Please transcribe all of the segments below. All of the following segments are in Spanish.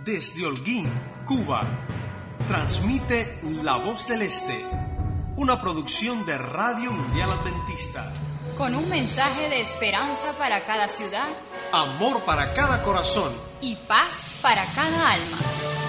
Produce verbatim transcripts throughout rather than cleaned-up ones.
Desde Holguín, Cuba, transmite La Voz del Este, una producción de Radio Mundial Adventista. Con un mensaje de esperanza para cada ciudad, amor para cada corazón y paz para cada alma.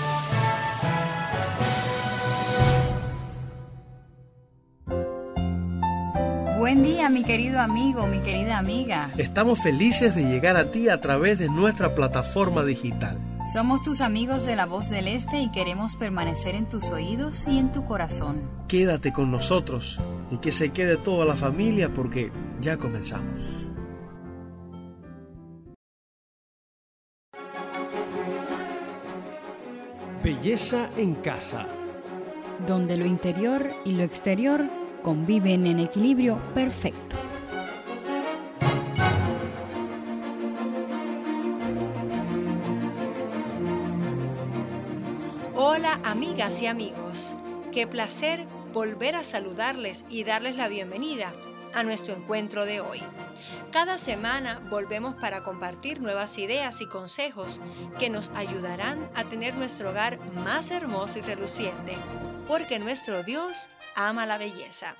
Buen día, mi querido amigo, mi querida amiga. Estamos felices de llegar a ti a través de nuestra plataforma digital. Somos tus amigos de La Voz del Este y queremos permanecer en tus oídos y en tu corazón. Quédate con nosotros y que se quede toda la familia porque ya comenzamos. Belleza en casa, donde lo interior y lo exterior conviven en equilibrio perfecto. Hola amigas y amigos, qué placer volver a saludarles y darles la bienvenida a nuestro encuentro de hoy. Cada semana volvemos para compartir nuevas ideas y consejos que nos ayudarán a tener nuestro hogar más hermoso y reluciente, porque nuestro Dios ama la belleza.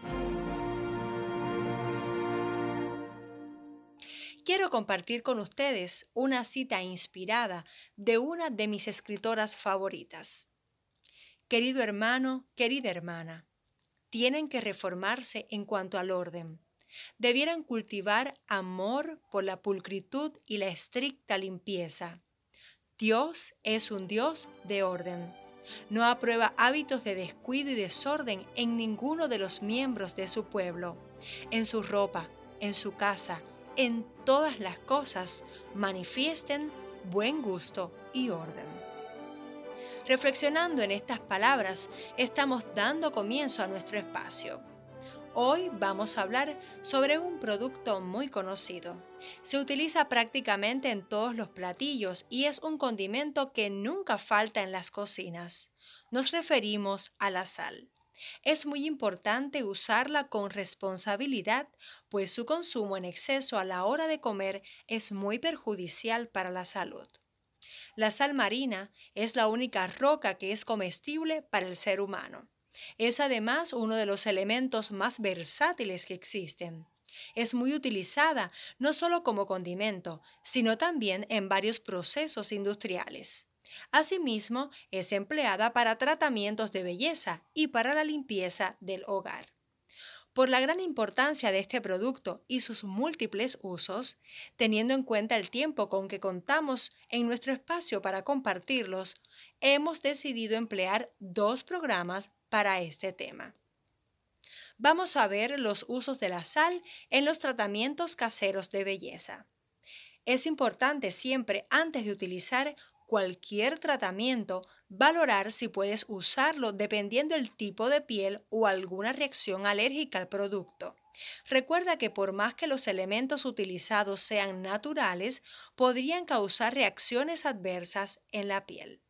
Quiero compartir con ustedes una cita inspirada de una de mis escritoras favoritas. Querido hermano, querida hermana, tienen que reformarse en cuanto al orden. Debieran cultivar amor por la pulcritud y la estricta limpieza. Dios es un Dios de orden. No aprueba hábitos de descuido y desorden en ninguno de los miembros de su pueblo. En su ropa, en su casa, en todas las cosas, manifiesten buen gusto y orden. Reflexionando en estas palabras, estamos dando comienzo a nuestro espacio. Hoy vamos a hablar sobre un producto muy conocido. Se utiliza prácticamente en todos los platillos y es un condimento que nunca falta en las cocinas. Nos referimos a la sal. Es muy importante usarla con responsabilidad, pues su consumo en exceso a la hora de comer es muy perjudicial para la salud. La sal marina es la única roca que es comestible para el ser humano. Es además uno de los elementos más versátiles que existen. Es muy utilizada no solo como condimento, sino también en varios procesos industriales. Asimismo, es empleada para tratamientos de belleza y para la limpieza del hogar. Por la gran importancia de este producto y sus múltiples usos, teniendo en cuenta el tiempo con que contamos en nuestro espacio para compartirlos, hemos decidido emplear dos programas para este tema. Vamos a ver los usos de la sal en los tratamientos caseros de belleza. Es importante siempre, antes de utilizar cualquier tratamiento, valorar si puedes usarlo dependiendo del tipo de piel o alguna reacción alérgica al producto. Recuerda que por más que los elementos utilizados sean naturales, podrían causar reacciones adversas en la piel.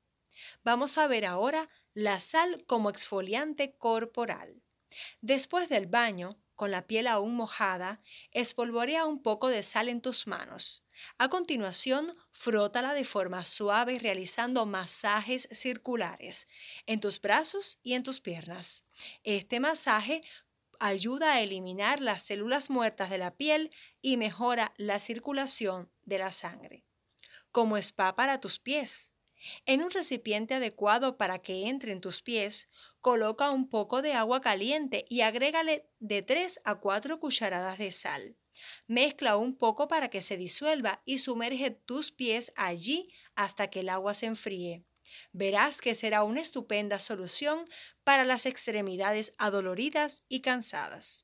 Vamos a ver ahora la sal como exfoliante corporal. Después del baño, con la piel aún mojada, espolvorea un poco de sal en tus manos. A continuación, frótala de forma suave realizando masajes circulares en tus brazos y en tus piernas. Este masaje ayuda a eliminar las células muertas de la piel y mejora la circulación de la sangre. Como spa para tus pies. En un recipiente adecuado para que entre en tus pies, coloca un poco de agua caliente y agrégale de tres a cuatro cucharadas de sal. Mezcla un poco para que se disuelva y sumerge tus pies allí hasta que el agua se enfríe. Verás que será una estupenda solución para las extremidades adoloridas y cansadas.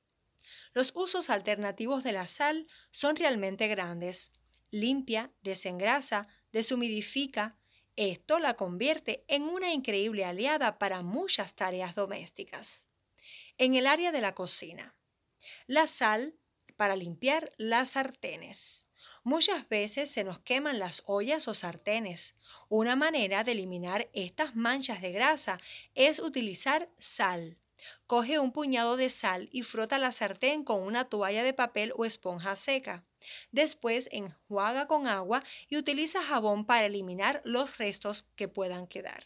Los usos alternativos de la sal son realmente grandes. Limpia, desengrasa, deshumidifica. Esto la convierte en una increíble aliada para muchas tareas domésticas. En el área de la cocina, la sal para limpiar las sartenes. Muchas veces se nos queman las ollas o sartenes. Una manera de eliminar estas manchas de grasa es utilizar sal. Coge un puñado de sal y frota la sartén con una toalla de papel o esponja seca. Después enjuaga con agua y utiliza jabón para eliminar los restos que puedan quedar.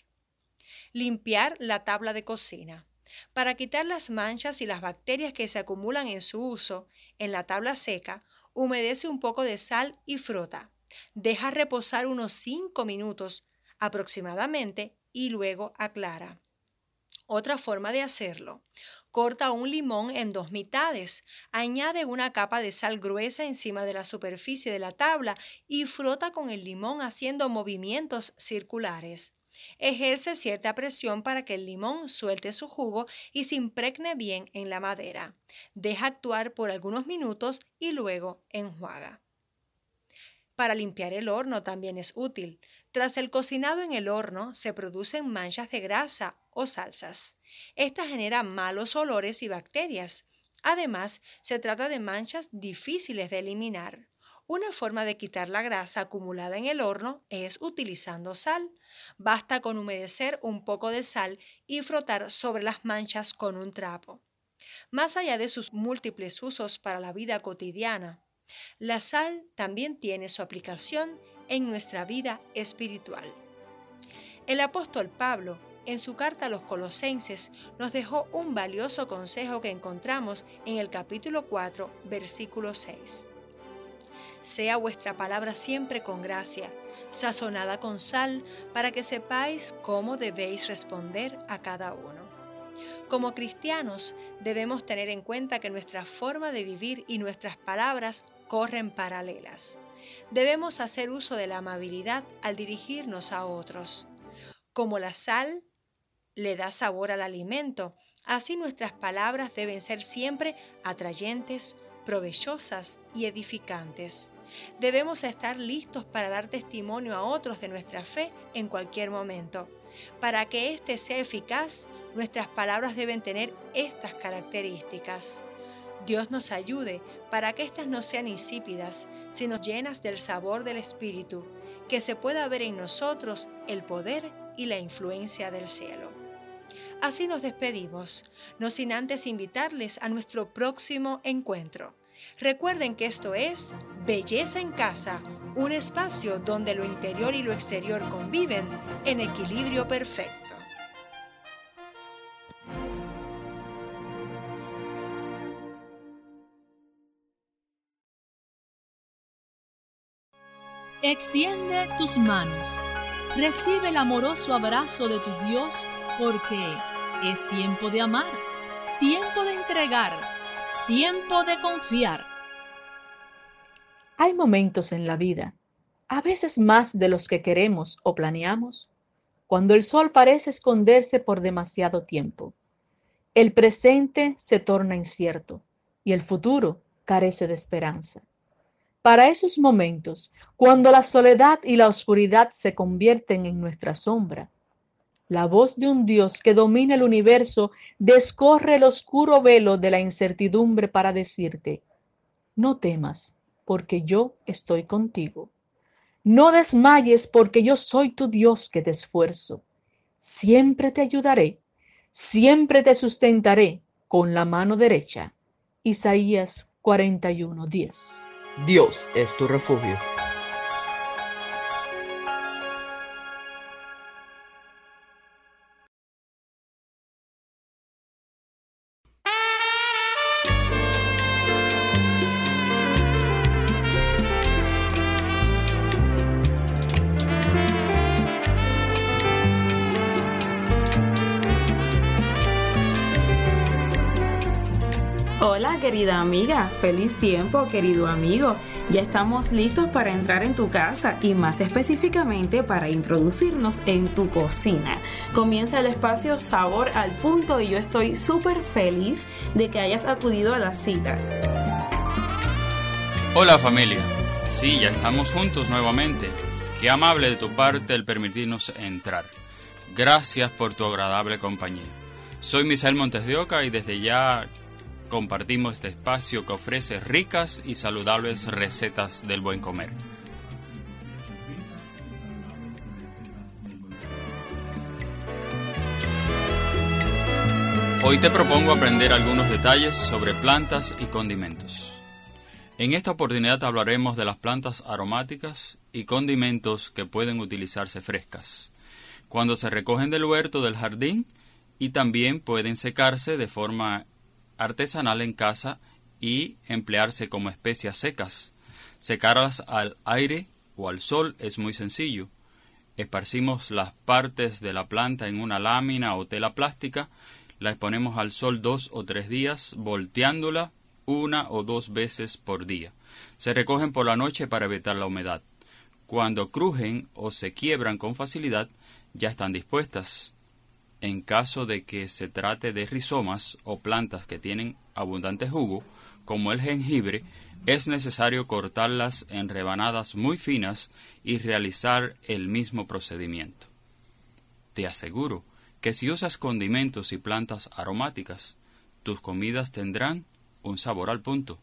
Limpiar la tabla de cocina. Para quitar las manchas y las bacterias que se acumulan en su uso, en la tabla seca, humedece un poco de sal y frota. Deja reposar unos cinco minutos aproximadamente y luego aclara. Otra forma de hacerlo: corta un limón en dos mitades, añade una capa de sal gruesa encima de la superficie de la tabla y frota con el limón haciendo movimientos circulares. Ejerce cierta presión para que el limón suelte su jugo y se impregne bien en la madera. Deja actuar por algunos minutos y luego enjuaga. Para limpiar el horno también es útil. Tras el cocinado en el horno se producen manchas de grasa o salsas. Estas generan malos olores y bacterias. Además, se trata de manchas difíciles de eliminar. Una forma de quitar la grasa acumulada en el horno es utilizando sal. Basta con humedecer un poco de sal y frotar sobre las manchas con un trapo. Más allá de sus múltiples usos para la vida cotidiana, la sal también tiene su aplicación en nuestra vida espiritual. El apóstol Pablo, en su carta a los Colosenses, nos dejó un valioso consejo que encontramos en el capítulo cuatro, versículo seis. Sea vuestra palabra siempre con gracia, sazonada con sal, para que sepáis cómo debéis responder a cada uno. Como cristianos, debemos tener en cuenta que nuestra forma de vivir y nuestras palabras corren paralelas. Debemos hacer uso de la amabilidad al dirigirnos a otros. Como la sal le da sabor al alimento, así nuestras palabras deben ser siempre atrayentes, provechosas y edificantes. Debemos estar listos para dar testimonio a otros de nuestra fe en cualquier momento. Para que éste sea eficaz, nuestras palabras deben tener estas características. Dios nos ayude para que éstas no sean insípidas, sino llenas del sabor del Espíritu, que se pueda ver en nosotros el poder y la influencia del cielo. Así nos despedimos, no sin antes invitarles a nuestro próximo encuentro. Recuerden que esto es Belleza en Casa, un espacio donde lo interior y lo exterior conviven en equilibrio perfecto. Extiende tus manos, recibe el amoroso abrazo de tu Dios, porque es tiempo de amar, tiempo de entregar, tiempo de confiar. Hay momentos en la vida, a veces más de los que queremos o planeamos, cuando el sol parece esconderse por demasiado tiempo. El presente se torna incierto y el futuro carece de esperanza. Para esos momentos, cuando la soledad y la oscuridad se convierten en nuestra sombra, la voz de un Dios que domina el universo descorre el oscuro velo de la incertidumbre para decirte: no temas, porque yo estoy contigo. No desmayes, porque yo soy tu Dios que te esfuerzo. Siempre te ayudaré, siempre te sustentaré con la mano derecha. Isaías cuarenta y uno, diez. Dios es tu refugio. Hola querida amiga, feliz tiempo querido amigo. Ya estamos listos para entrar en tu casa y más específicamente para introducirnos en tu cocina. Comienza el espacio Sabor al Punto y yo estoy súper feliz de que hayas acudido a la cita. Hola familia, sí, ya estamos juntos nuevamente. Qué amable de tu parte el permitirnos entrar. Gracias por tu agradable compañía. Soy Misael Montes de Oca y desde ya compartimos este espacio que ofrece ricas y saludables recetas del buen comer. Hoy te propongo aprender algunos detalles sobre plantas y condimentos. En esta oportunidad hablaremos de las plantas aromáticas y condimentos que pueden utilizarse frescas, cuando se recogen del huerto del jardín, y también pueden secarse de forma artesanal en casa y emplearse como especias secas. Secarlas al aire o al sol es muy sencillo. Esparcimos las partes de la planta en una lámina o tela plástica, la exponemos al sol dos o tres días, volteándola una o dos veces por día. Se recogen por la noche para evitar la humedad. Cuando crujen o se quiebran con facilidad, ya están dispuestas. En caso de que se trate de rizomas o plantas que tienen abundante jugo, como el jengibre, es necesario cortarlas en rebanadas muy finas y realizar el mismo procedimiento. Te aseguro que si usas condimentos y plantas aromáticas, tus comidas tendrán un sabor al punto.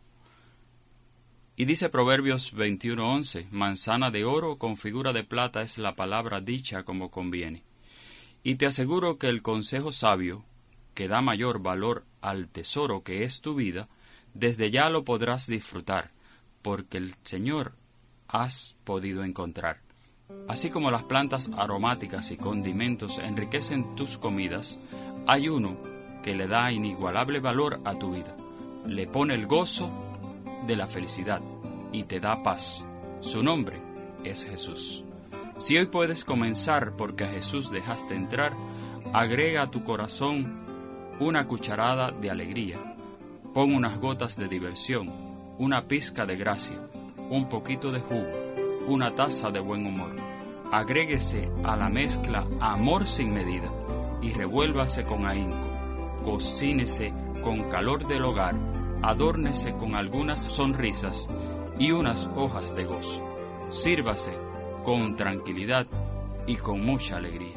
Y dice Proverbios veintiuno once, manzana de oro con figura de plata es la palabra dicha como conviene. Y te aseguro que el consejo sabio, que da mayor valor al tesoro que es tu vida, desde ya lo podrás disfrutar, porque el Señor has podido encontrar. Así como las plantas aromáticas y condimentos enriquecen tus comidas, hay uno que le da inigualable valor a tu vida. Le pone el gozo de la felicidad y te da paz. Su nombre es Jesús. Si hoy puedes comenzar porque a Jesús dejaste entrar, agrega a tu corazón una cucharada de alegría. Pon unas gotas de diversión, una pizca de gracia, un poquito de jugo, una taza de buen humor. Agréguese a la mezcla amor sin medida y revuélvase con ahínco. Cocínese con calor del hogar, adórnese con algunas sonrisas y unas hojas de gozo. Sírvase con tranquilidad y con mucha alegría.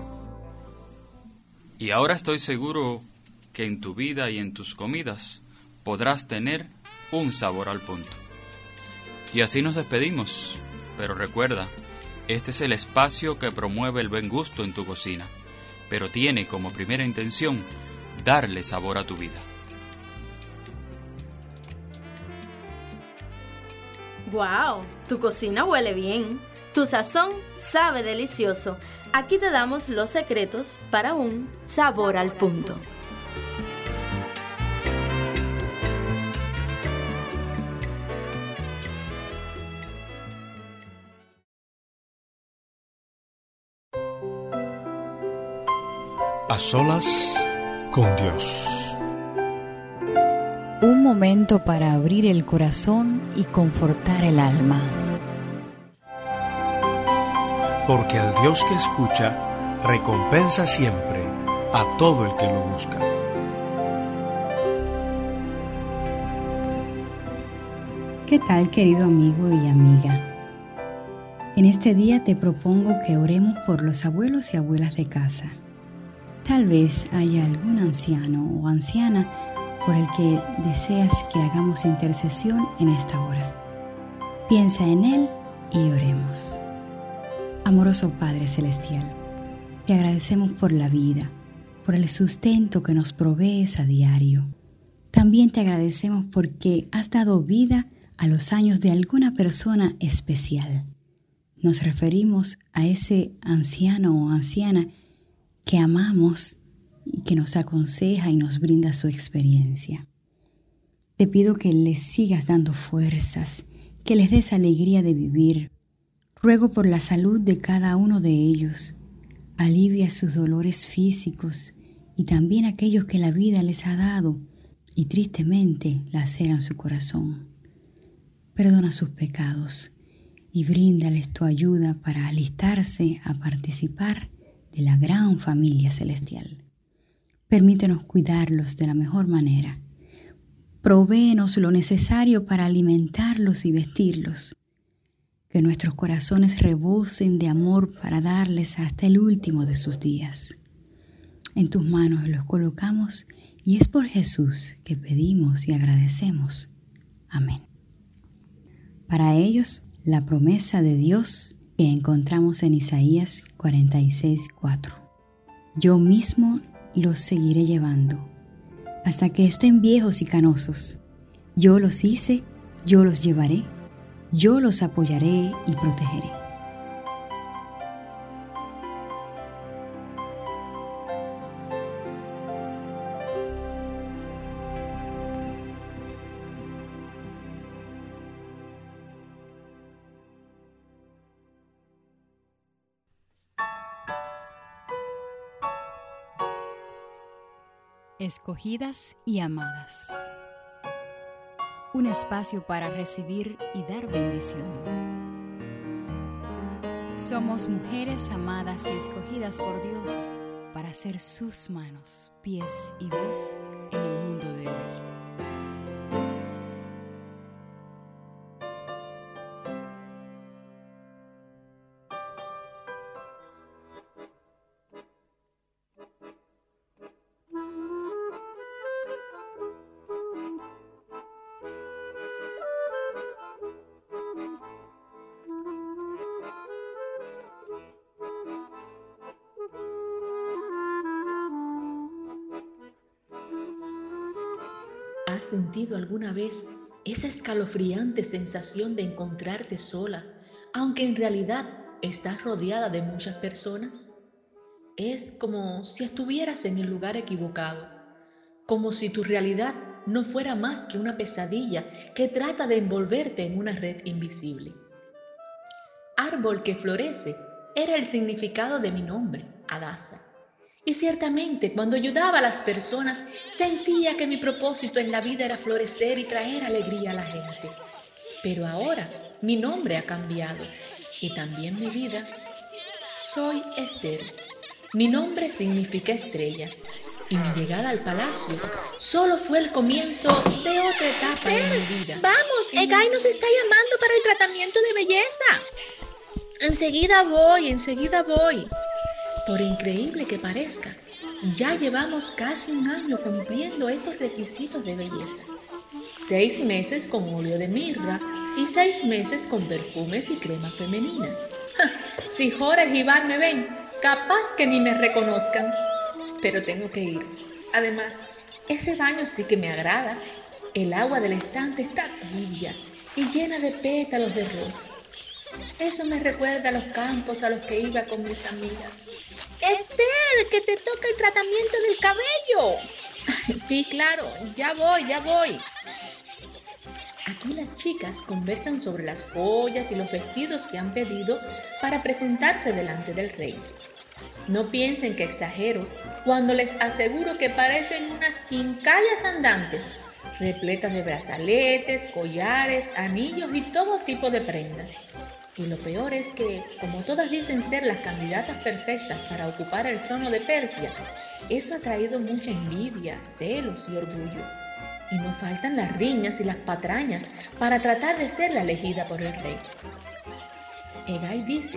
Y ahora estoy seguro que en tu vida y en tus comidas podrás tener un sabor al punto. Y así nos despedimos, pero recuerda, este es el espacio que promueve el buen gusto en tu cocina, pero tiene como primera intención darle sabor a tu vida. ¡Guau! Tu cocina huele bien. Tu sazón sabe delicioso. Aquí te damos los secretos para un sabor al punto. A solas con Dios. Un momento para abrir el corazón y confortar el alma. Porque el Dios que escucha recompensa siempre a todo el que lo busca. ¿Qué tal, querido amigo y amiga? En este día te propongo que oremos por los abuelos y abuelas de casa. Tal vez haya algún anciano o anciana por el que deseas que hagamos intercesión en esta hora. Piensa en él y oremos. Amoroso Padre Celestial, te agradecemos por la vida, por el sustento que nos provees a diario. También te agradecemos porque has dado vida a los años de alguna persona especial. Nos referimos a ese anciano o anciana que amamos y que nos aconseja y nos brinda su experiencia. Te pido que les sigas dando fuerzas, que les des alegría de vivir. Ruego por la salud de cada uno de ellos. Alivia sus dolores físicos y también aquellos que la vida les ha dado y tristemente laceran su corazón. Perdona sus pecados y bríndales tu ayuda para alistarse a participar de la gran familia celestial. Permítenos cuidarlos de la mejor manera. Provéenos lo necesario para alimentarlos y vestirlos. Que nuestros corazones rebosen de amor para darles hasta el último de sus días. En tus manos los colocamos y es por Jesús que pedimos y agradecemos. Amén. Para ellos, la promesa de Dios que encontramos en Isaías cuarenta y seis, cuatro. Yo mismo los seguiré llevando. hasta que estén viejos y canosos. Yo los hice, yo los llevaré, yo los apoyaré y protegeré. Escogidas y amadas. Un espacio para recibir y dar bendición. Somos mujeres amadas y escogidas por Dios para ser sus manos, pies y voz en el mundo de hoy. ¿Has sentido alguna vez esa escalofriante sensación de encontrarte sola, aunque en realidad estás rodeada de muchas personas? Es como si estuvieras en el lugar equivocado, como si tu realidad no fuera más que una pesadilla que trata de envolverte en una red invisible. Árbol que florece era el significado de mi nombre, Adasa. Y ciertamente, cuando ayudaba a las personas, sentía que mi propósito en la vida era florecer y traer alegría a la gente. Pero ahora mi nombre ha cambiado y también mi vida. Soy Esther. Mi nombre significa estrella y mi llegada al palacio solo fue el comienzo de otra etapa de mi vida. Vamos, Egay nos está llamando para el tratamiento de belleza. Enseguida voy, enseguida voy. Por increíble que parezca, ya llevamos casi un año cumpliendo estos requisitos de belleza. Seis meses con óleo de mirra y seis meses con perfumes y cremas femeninas. Ja, si Jorge y Iván me ven, capaz que ni me reconozcan. Pero tengo que ir. Además, ese baño sí que me agrada. El agua del estante está tibia y llena de pétalos de rosas. Eso me recuerda a los campos a los que iba con mis amigas. Esther, que te toca el tratamiento del cabello. Sí, claro, ya voy, ya voy. Aquí las chicas conversan sobre las joyas y los vestidos que han pedido para presentarse delante del rey. No piensen que exagero cuando les aseguro que parecen unas quincallas andantes, repletas de brazaletes, collares, anillos y todo tipo de prendas. Y lo peor es que, como todas dicen ser las candidatas perfectas para ocupar el trono de Persia, eso ha traído mucha envidia, celos y orgullo. Y no faltan las riñas y las patrañas para tratar de ser la elegida por el rey. Egay dice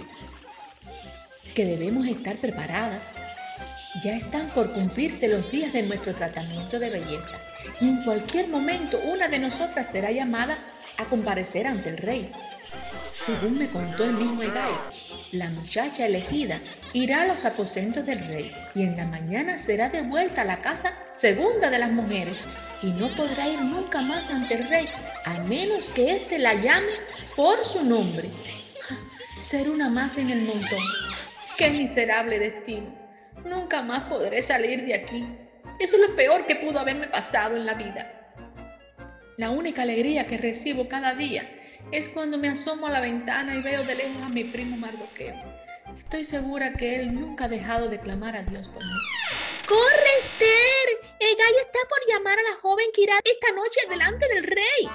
que debemos estar preparadas. Ya están por cumplirse los días de nuestro tratamiento de belleza y en cualquier momento una de nosotras será llamada a comparecer ante el rey. Según me contó el mismo Egay, la muchacha elegida irá a los aposentos del rey y en la mañana será devuelta a la casa segunda de las mujeres y no podrá ir nunca más ante el rey a menos que éste la llame por su nombre. Ser una más en el montón. ¡Qué miserable destino! Nunca más podré salir de aquí. Eso es lo peor que pudo haberme pasado en la vida. La única alegría que recibo cada día es cuando me asomo a la ventana y veo de lejos a mi primo Mardoqueo. Estoy segura que él nunca ha dejado de clamar a Dios por mí. ¡Corre, Esther! Egay está por llamar a la joven que irá esta noche delante del rey.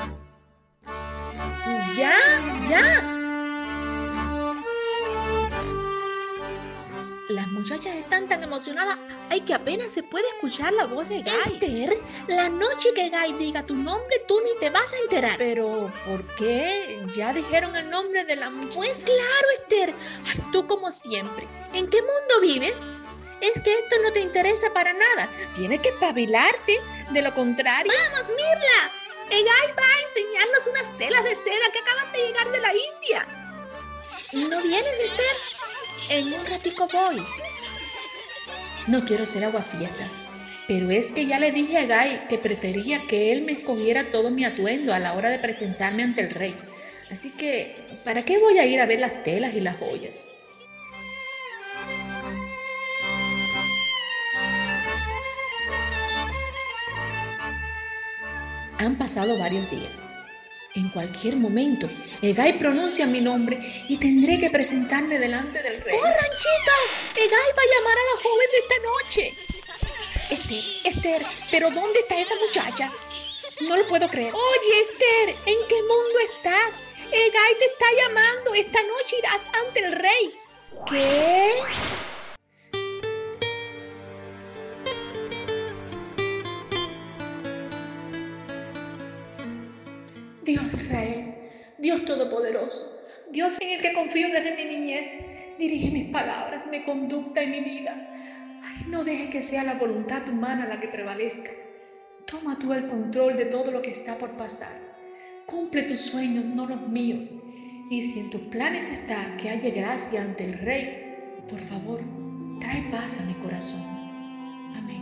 ¡Ya, ya! Las muchachas están tan emocionadas, ay, que apenas se puede escuchar la voz de Egay. Esther, la noche que Egay diga tu nombre, tú ni te vas a enterar. Pero, ¿por qué? Ya dijeron el nombre de la muchacha. Pues claro, Esther. Ay, tú como siempre. ¿En qué mundo vives? Es que esto no te interesa para nada. Tienes que espabilarte. De lo contrario... ¡Vamos, Mirla! Egay va a enseñarnos unas telas de seda que acaban de llegar de la India. ¿No vienes, Esther? En un ratico voy. No quiero ser aguafiestas, Pero es que ya le dije a Hegai que prefería que él me escogiera todo mi atuendo a la hora de presentarme ante el rey. Así que, ¿para qué voy a ir a ver las telas y las joyas? Han pasado varios días. En cualquier momento, Hegai pronuncia mi nombre y tendré que presentarme delante del rey. ¡Corran, chicas! Hegai va a llamar a la joven de esta noche. Esther, Esther, ¿pero dónde está esa muchacha? No lo puedo creer. Oye, Esther, ¿en qué mundo estás? Hegai te está llamando. Esta noche irás ante el rey. ¿Qué? Dios de Israel, Dios Todopoderoso, Dios en el que confío desde mi niñez, dirige mis palabras, mi conducta y mi vida. Ay, no deje que sea la voluntad humana la que prevalezca. Toma tú el control de todo lo que está por pasar. Cumple tus sueños, no los míos. Y si en tus planes está que haya gracia ante el Rey, por favor, trae paz a mi corazón. Amén.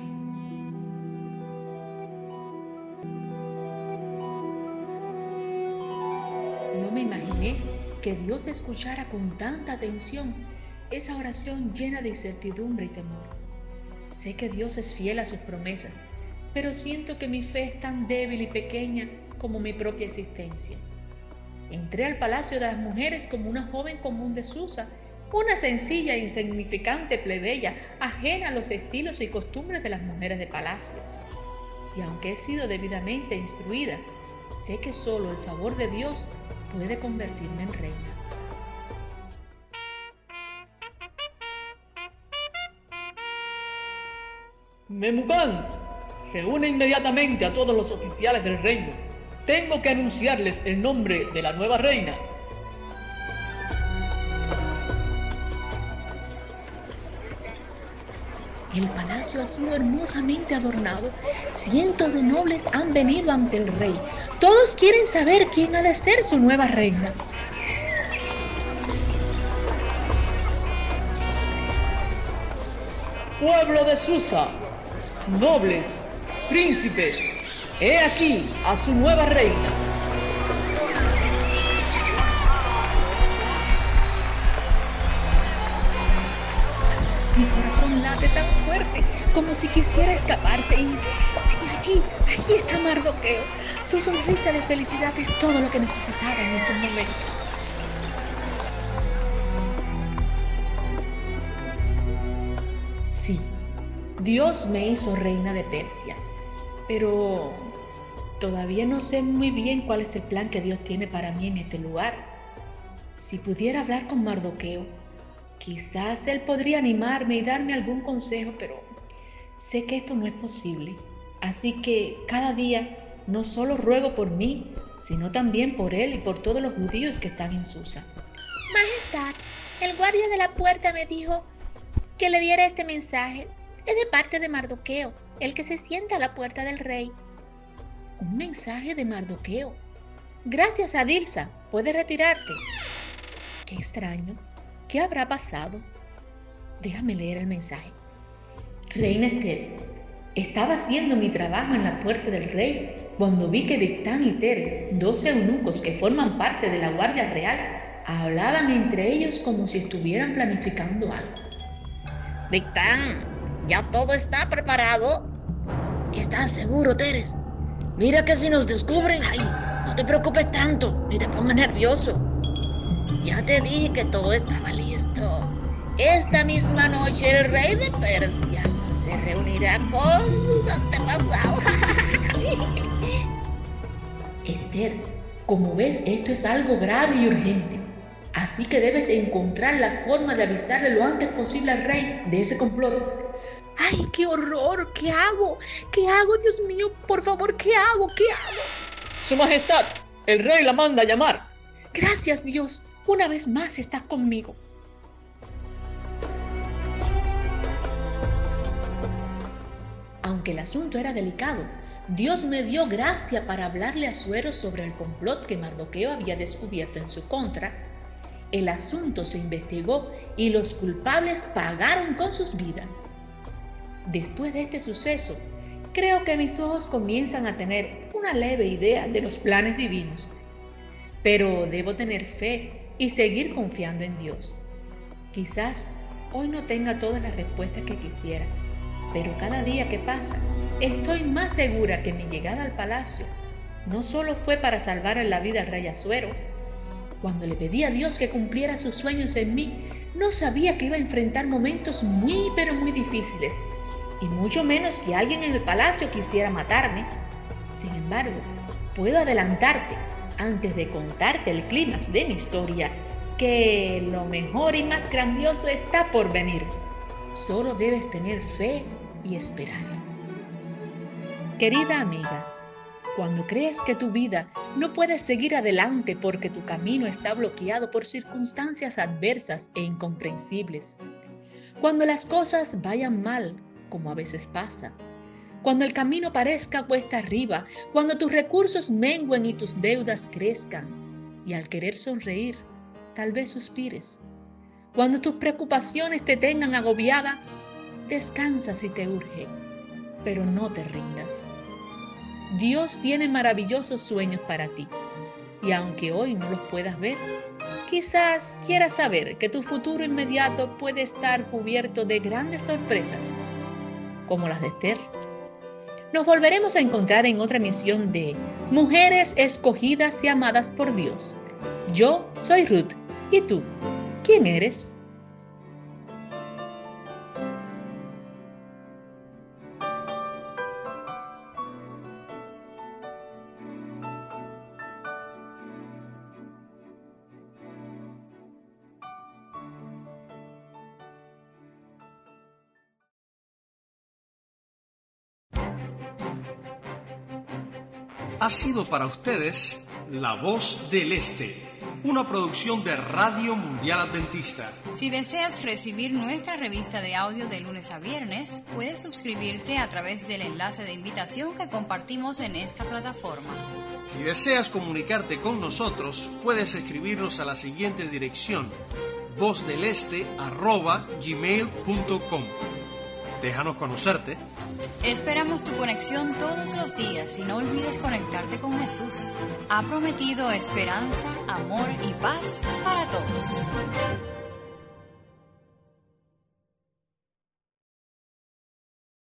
No me imaginé que Dios escuchara con tanta atención esa oración llena de incertidumbre y temor. Sé que Dios es fiel a sus promesas, pero siento que mi fe es tan débil y pequeña como mi propia existencia. Entré al Palacio de las Mujeres como una joven común de Susa, una sencilla e insignificante plebeya, ajena a los estilos y costumbres de las mujeres de palacio. Y aunque he sido debidamente instruida, sé que solo el favor de Dios puede convertirme en reina. Memucán, reúne inmediatamente a todos los oficiales del reino. Tengo que anunciarles el nombre de la nueva reina. El palacio ha sido hermosamente adornado. Cientos de nobles han venido ante el rey. Todos quieren saber quién ha de ser su nueva reina. Pueblo de Susa, nobles, príncipes, he aquí a su nueva reina. Mi corazón late tan fuerte como si quisiera escaparse y sí, allí, allí está Mardoqueo. Su sonrisa de felicidad es todo lo que necesitaba en estos momentos. Sí, Dios me hizo reina de Persia, pero todavía no sé muy bien cuál es el plan que Dios tiene para mí en este lugar. Si pudiera hablar con Mardoqueo, quizás él podría animarme y darme algún consejo, pero sé que esto no es posible. Así que cada día no solo ruego por mí, sino también por él y por todos los judíos que están en Susa. Majestad, el guardia de la puerta me dijo que le diera este mensaje. Es de parte de Mardoqueo, el que se sienta a la puerta del rey. Un mensaje de Mardoqueo. Gracias, Adilsa. Puedes retirarte. Qué extraño. ¿Qué habrá pasado? Déjame leer el mensaje. Reina Esther, estaba haciendo mi trabajo en la puerta del rey cuando vi que Victán y Teres, dos eunucos que forman parte de la Guardia Real, hablaban entre ellos como si estuvieran planificando algo. Victán, ya todo está preparado. ¿Estás seguro, Teres? Mira que si nos descubren, ay, no te preocupes tanto, ni te pongas nervioso. Ya te dije que todo estaba listo. Esta misma noche el rey de Persia se reunirá con sus antepasados. Esther, como ves, esto es algo grave y urgente. Así que debes encontrar la forma de avisarle lo antes posible al rey de ese complot. ¡Ay, qué horror! ¿Qué hago? ¿Qué hago, Dios mío? Por favor, ¿qué hago? ¿Qué hago? Su Majestad, el rey la manda a llamar. Gracias, Dios. Una vez más estás conmigo. Aunque el asunto era delicado, Dios me dio gracia para hablarle a Asuero sobre el complot que Mardoqueo había descubierto en su contra. El asunto se investigó y los culpables pagaron con sus vidas. Después de este suceso, creo que mis ojos comienzan a tener una leve idea de los planes divinos. Pero debo tener fe y seguir confiando en Dios. Quizás hoy no tenga todas las respuestas que quisiera, pero cada día que pasa, estoy más segura que mi llegada al palacio no solo fue para salvar la vida al rey Asuero. Cuando le pedí a Dios que cumpliera sus sueños en mí, no sabía que iba a enfrentar momentos muy pero muy difíciles, y mucho menos que alguien en el palacio quisiera matarme. Sin embargo, puedo adelantarte, antes de contarte el clímax de mi historia, que lo mejor y más grandioso está por venir. Solo debes tener fe y esperar. Querida amiga, cuando crees que tu vida no puede seguir adelante porque tu camino está bloqueado por circunstancias adversas e incomprensibles, cuando las cosas vayan mal, como a veces pasa, cuando el camino parezca cuesta arriba, cuando tus recursos mengüen y tus deudas crezcan, y al querer sonreír, tal vez suspires. Cuando tus preocupaciones te tengan agobiada, descansa si te urge, pero no te rindas. Dios tiene maravillosos sueños para ti, y aunque hoy no los puedas ver, quizás quieras saber que tu futuro inmediato puede estar cubierto de grandes sorpresas, como las de Esther. Nos volveremos a encontrar en otra emisión de Mujeres Escogidas y Amadas por Dios. Yo soy Ruth. ¿Y tú? ¿Quién eres? Ha sido para ustedes La Voz del Este, una producción de Radio Mundial Adventista. Si deseas recibir nuestra revista de audio de lunes a viernes, puedes suscribirte a través del enlace de invitación que compartimos en esta plataforma. Si deseas comunicarte con nosotros, puedes escribirnos a la siguiente dirección: vozdeleste arroba gmail punto com. Déjanos conocerte. Esperamos tu conexión todos los días y no olvides conectarte con Jesús. Ha prometido esperanza, amor y paz para todos.